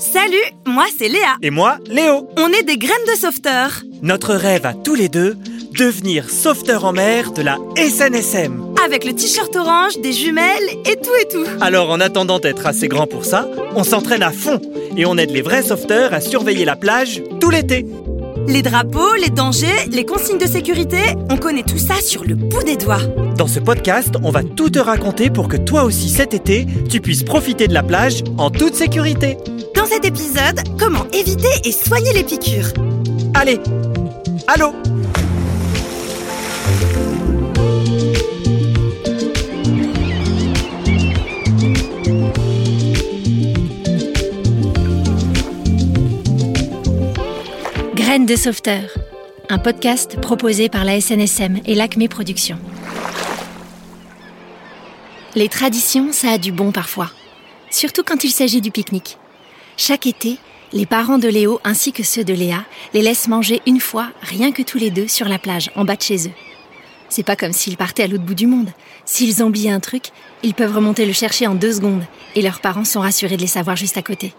Salut, moi c'est Léa. Et moi, Léo. On est des graines de sauveteurs. Notre rêve à tous les deux, devenir sauveteurs en mer de la SNSM. Avec le t-shirt orange, des jumelles et tout. Alors en attendant d'être assez grand pour ça, on s'entraîne à fond et on aide les vrais sauveteurs à surveiller la plage tout l'été. Les drapeaux, les dangers, les consignes de sécurité, on connaît tout ça sur le bout des doigts. Dans ce podcast, on va tout te raconter pour que toi aussi cet été, tu puisses profiter de la plage en toute sécurité. Dans cet épisode, comment éviter et soigner les piqûres. Allez, allô ? Graines de sauveteurs, un podcast proposé par la SNSM et l'Acme Productions. Les traditions, ça a du bon parfois, surtout quand il s'agit du pique-nique. Chaque été, les parents de Léo ainsi que ceux de Léa les laissent manger une fois, rien que tous les deux, sur la plage, en bas de chez eux. C'est pas comme s'ils partaient à l'autre bout du monde. S'ils ont oublié un truc, ils peuvent remonter le chercher en 2 secondes et leurs parents sont rassurés de les savoir juste à côté.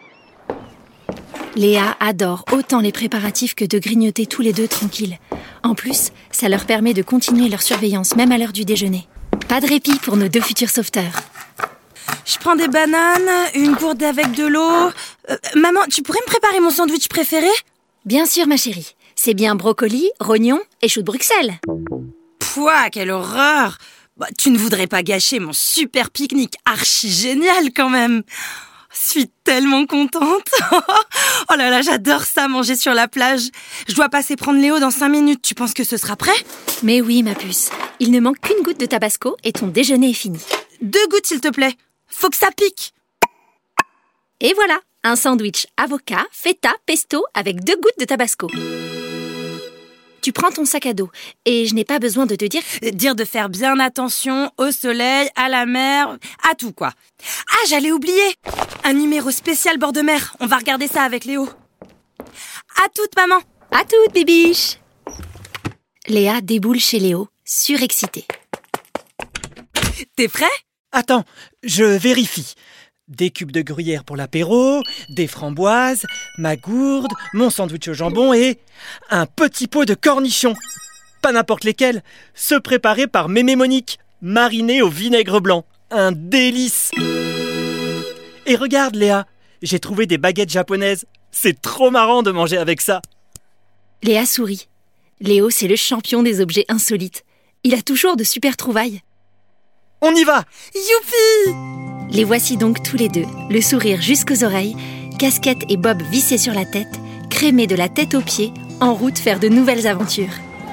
Léa adore autant les préparatifs que de grignoter tous les deux tranquilles. En plus, ça leur permet de continuer leur surveillance même à l'heure du déjeuner. Pas de répit pour nos 2 futurs sauveteurs. Je prends des bananes, une gourde avec de l'eau. Maman, tu pourrais me préparer mon sandwich préféré ? Bien sûr, ma chérie. C'est bien brocoli, rognon et choux de Bruxelles. Pouah, quelle horreur ! Tu ne voudrais pas gâcher mon super pique-nique archi génial quand même. Je suis tellement contente. Oh là là, j'adore ça, manger sur la plage. Je dois passer prendre Léo dans 5 minutes. Tu penses que ce sera prêt ? Mais oui, ma puce. Il ne manque qu'une goutte de tabasco et ton déjeuner est fini. 2 gouttes, s'il te plaît. Faut que ça pique. Et voilà, un sandwich avocat, feta, pesto avec 2 gouttes de tabasco. Tu prends ton sac à dos et je n'ai pas besoin de te dire... Dire de faire bien attention au soleil, à la mer, à tout quoi. Ah, j'allais oublier. Un numéro spécial bord de mer. On va regarder ça avec Léo. À toute, maman. À toute, bébiche. Léa déboule chez Léo, surexcitée. T'es prêt ? Attends, je vérifie. Des cubes de gruyère pour l'apéro, des framboises, ma gourde, mon sandwich au jambon et un petit pot de cornichons. Pas n'importe lesquels, ceux préparés par Mémé Monique, marinés au vinaigre blanc. Un délice. Et regarde Léa, j'ai trouvé des baguettes japonaises. C'est trop marrant de manger avec ça. Léa sourit. Léo, c'est le champion des objets insolites. Il a toujours de super trouvailles. On y va! Youpi! Les voici donc tous les deux, le sourire jusqu'aux oreilles, casquette et bob vissés sur la tête, crémés de la tête aux pieds, en route faire de nouvelles aventures.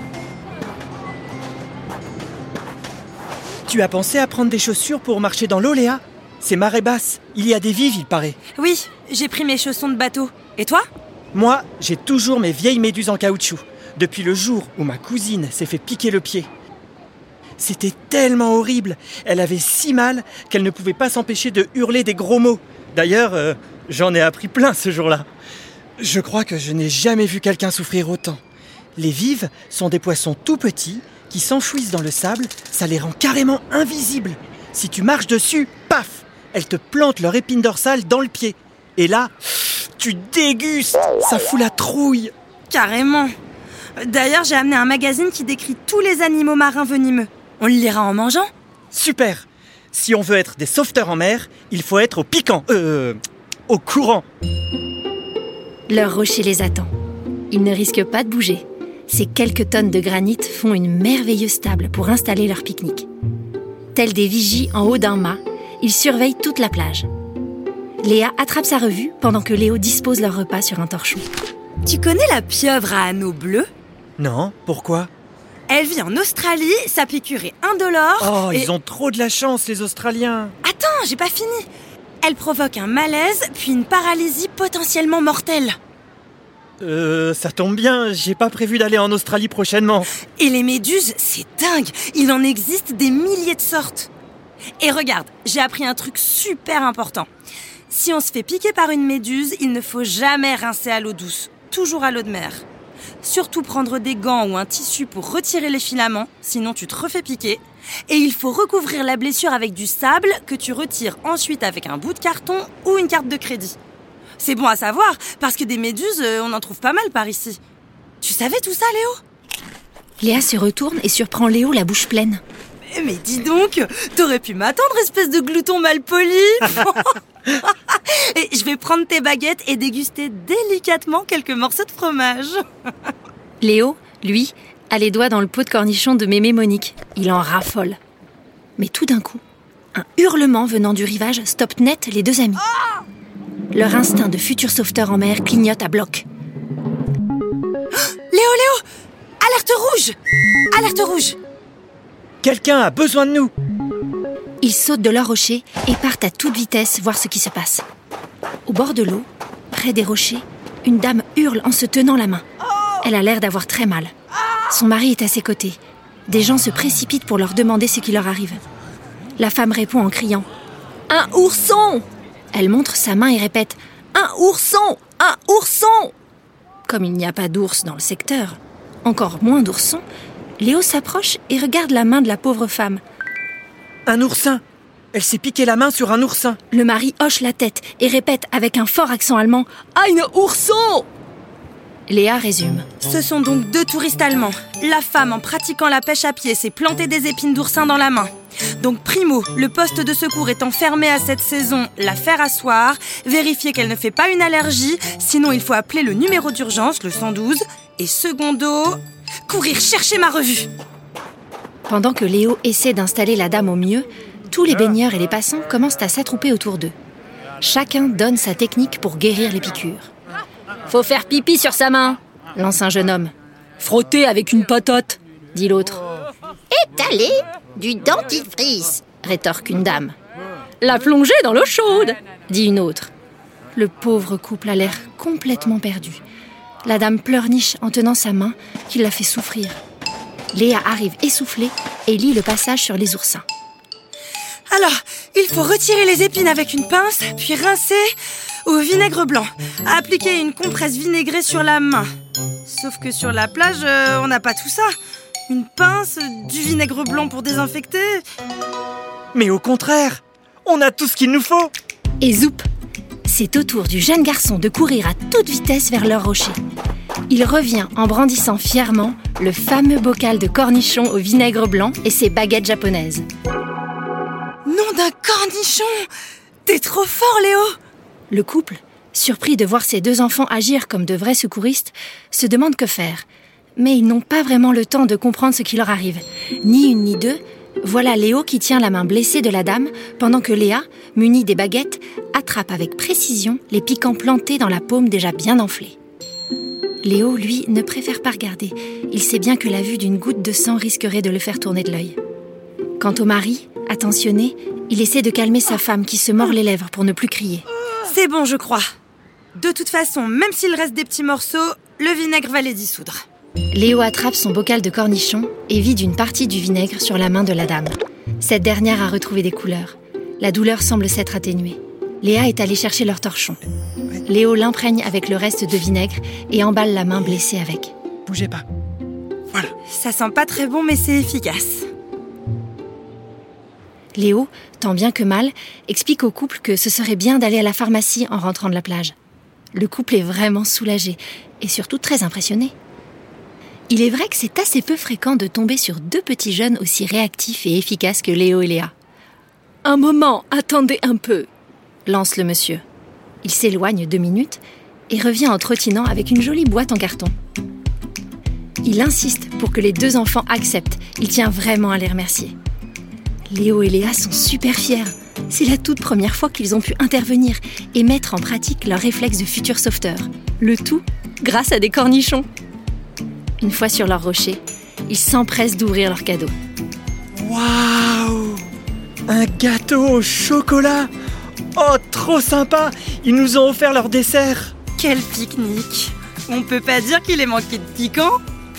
Tu as pensé à prendre des chaussures pour marcher dans l'eau, Léa ? C'est marée basse, il y a des vives, il paraît. Oui, j'ai pris mes chaussons de bateau. Et toi ? Moi, j'ai toujours mes vieilles méduses en caoutchouc, depuis le jour où ma cousine s'est fait piquer le pied. C'était tellement horrible. Elle avait si mal qu'elle ne pouvait pas s'empêcher de hurler des gros mots. D'ailleurs, j'en ai appris plein ce jour-là. Je crois que je n'ai jamais vu quelqu'un souffrir autant. Les vives sont des poissons tout petits qui s'enfouissent dans le sable. Ça les rend carrément invisibles. Si tu marches dessus, paf, elles te plantent leur épine dorsale dans le pied. Et là, tu dégustes. Ça fout la trouille. Carrément. D'ailleurs, j'ai amené un magazine qui décrit tous les animaux marins venimeux. On le lira en mangeant ? Super. Si on veut être des sauveteurs en mer, il faut être au courant. Leur rocher les attend. Ils ne risquent pas de bouger. Ces quelques tonnes de granit font une merveilleuse table pour installer leur pique-nique. Tels des vigies en haut d'un mât, ils surveillent toute la plage. Léa attrape sa revue pendant que Léo dispose leur repas sur un torchon. Tu connais la pieuvre à anneaux bleus ? Non, pourquoi ? Elle vit en Australie, sa piqûre est indolore. Oh, ils ont trop de la chance, les Australiens. Attends, j'ai pas fini. Elle provoque un malaise, puis une paralysie potentiellement mortelle. Ça tombe bien, j'ai pas prévu d'aller en Australie prochainement. Et les méduses, c'est dingue. Il en existe des milliers de sortes. Et regarde, j'ai appris un truc super important. Si on se fait piquer par une méduse, il ne faut jamais rincer à l'eau douce. Toujours à l'eau de mer. Surtout prendre des gants ou un tissu pour retirer les filaments, sinon tu te refais piquer. Et il faut recouvrir la blessure avec du sable que tu retires ensuite avec un bout de carton ou une carte de crédit. C'est bon à savoir, parce que des méduses, on en trouve pas mal par ici. Tu savais tout ça, Léo ? Léa se retourne et surprend Léo la bouche pleine. Mais dis donc, t'aurais pu m'attendre, espèce de glouton malpoli. Et je vais prendre tes baguettes et déguster délicatement quelques morceaux de fromage. Léo, lui, a les doigts dans le pot de cornichons de mémé Monique. Il en raffole. Mais tout d'un coup, un hurlement venant du rivage stoppe net les deux amis. Leur instinct de futur sauveteur en mer clignote à bloc. Léo, alerte rouge! Alerte rouge! Quelqu'un a besoin de nous! Ils sautent de leur rocher et partent à toute vitesse voir ce qui se passe. Au bord de l'eau, près des rochers, une dame hurle en se tenant la main. Elle a l'air d'avoir très mal. Son mari est à ses côtés. Des gens se précipitent pour leur demander ce qui leur arrive. La femme répond en criant « Un ourson !» Elle montre sa main et répète « Un ourson ! Un ourson !» Comme il n'y a pas d'ours dans le secteur, encore moins d'oursons, Léo s'approche et regarde la main de la pauvre femme. Un oursin! Elle s'est piqué la main sur un oursin. Le mari hoche la tête et répète avec un fort accent allemand « Ein ourson !» Léa résume. Ce sont donc 2 touristes allemands. La femme, en pratiquant la pêche à pied, s'est planté des épines d'oursin dans la main. Donc primo, le poste de secours étant fermé à cette saison, la faire asseoir, vérifier qu'elle ne fait pas une allergie, sinon il faut appeler le numéro d'urgence, le 112. Et secondo, courir chercher ma revue. Pendant que Léo essaie d'installer la dame au mieux, tous les baigneurs et les passants commencent à s'attrouper autour d'eux. Chacun donne sa technique pour guérir les piqûres. Faut faire pipi sur sa main, lance un jeune homme. Frotter avec une patate, dit l'autre. Étaler du dentifrice, rétorque une dame. La plonger dans l'eau chaude, dit une autre. Le pauvre couple a l'air complètement perdu. La dame pleurniche en tenant sa main qui la fait souffrir. Léa arrive essoufflée et lit le passage sur les oursins. Alors, il faut retirer les épines avec une pince, puis rincer au vinaigre blanc. Appliquer une compresse vinaigrée sur la main. Sauf que sur la plage, on n'a pas tout ça. Une pince, du vinaigre blanc pour désinfecter. Mais au contraire, on a tout ce qu'il nous faut. Et zoup, c'est au tour du jeune garçon de courir à toute vitesse vers leur rocher. Il revient en brandissant fièrement le fameux bocal de cornichons au vinaigre blanc et ses baguettes japonaises. Nom d'un cornichon! T'es trop fort, Léo! Le couple, surpris de voir ses 2 enfants agir comme de vrais secouristes, se demande que faire. Mais ils n'ont pas vraiment le temps de comprendre ce qui leur arrive. Ni une ni deux, voilà Léo qui tient la main blessée de la dame, pendant que Léa, munie des baguettes, attrape avec précision les piquants plantés dans la paume déjà bien enflée. Léo, lui, ne préfère pas regarder. Il sait bien que la vue d'une goutte de sang risquerait de le faire tourner de l'œil. Quant au mari, attentionné, il essaie de calmer sa femme qui se mord les lèvres pour ne plus crier. C'est bon, je crois. De toute façon, même s'il reste des petits morceaux, le vinaigre va les dissoudre. Léo attrape son bocal de cornichons et vide une partie du vinaigre sur la main de la dame. Cette dernière a retrouvé des couleurs. La douleur semble s'être atténuée. Léa est allée chercher leur torchon. Léo l'imprègne avec le reste de vinaigre et emballe la main blessée avec. Bougez pas. Voilà. Ça sent pas très bon, mais c'est efficace. Léo, tant bien que mal, explique au couple que ce serait bien d'aller à la pharmacie en rentrant de la plage. Le couple est vraiment soulagé et surtout très impressionné. Il est vrai que c'est assez peu fréquent de tomber sur 2 petits jeunes aussi réactifs et efficaces que Léo et Léa. « Un moment, attendez un peu !» lance le monsieur. Il s'éloigne 2 minutes et revient en trottinant avec une jolie boîte en carton. Il insiste pour que les 2 enfants acceptent. Il tient vraiment à les remercier. Léo et Léa sont super fiers. C'est la toute première fois qu'ils ont pu intervenir et mettre en pratique leurs réflexes de futurs sauveteurs. Le tout grâce à des cornichons. Une fois sur leur rocher, ils s'empressent d'ouvrir leur cadeau. Waouh! Un gâteau au chocolat! Oh, trop sympa! Ils nous ont offert leur dessert! Quel pique-nique! On peut pas dire qu'il ait manqué de piquant?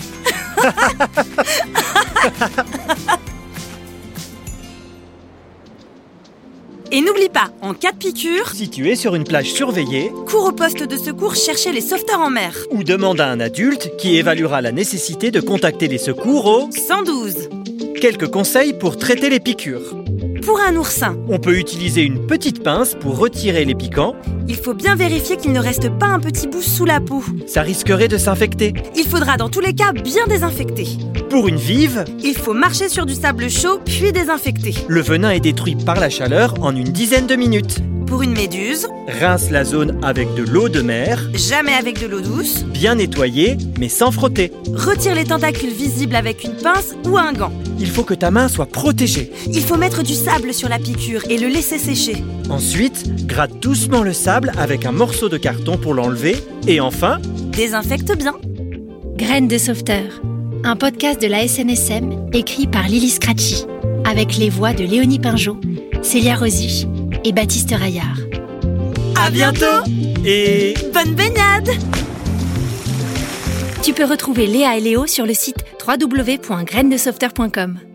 Et n'oublie pas, en cas de piqûre, si tu es sur une plage surveillée, cours au poste de secours chercher les sauveteurs en mer. Ou demande à un adulte qui évaluera la nécessité de contacter les secours au 112. Quelques conseils pour traiter les piqûres. Pour un oursin, On peut utiliser une petite pince pour retirer les piquants. il faut bien vérifier qu'il ne reste pas un petit bout sous la peau. Ça risquerait de s'infecter. Il faudra dans tous les cas bien désinfecter. Pour une vive, Il faut marcher sur du sable chaud puis désinfecter. le venin est détruit par la chaleur en une dizaine de minutes. Pour une méduse, Rince la zone avec de l'eau de mer, jamais avec de l'eau douce. bien nettoyée, mais sans frotter. Retire les tentacules visibles avec une pince ou un gant. Il faut que ta main soit protégée. Il faut mettre du sable sur la piqûre et le laisser sécher. Ensuite, gratte doucement le sable avec un morceau de carton pour l'enlever. Et enfin, Désinfecte bien. Graines de sauveteur, un podcast de la SNSM écrit par Lily Scratchy, avec les voix de Léonie Pinjot, Célia Rosich et Baptiste Raillard. À bientôt. et... Bonne baignade. Tu peux retrouver Léa et Léo sur le site www.grainesdesauveteur.com.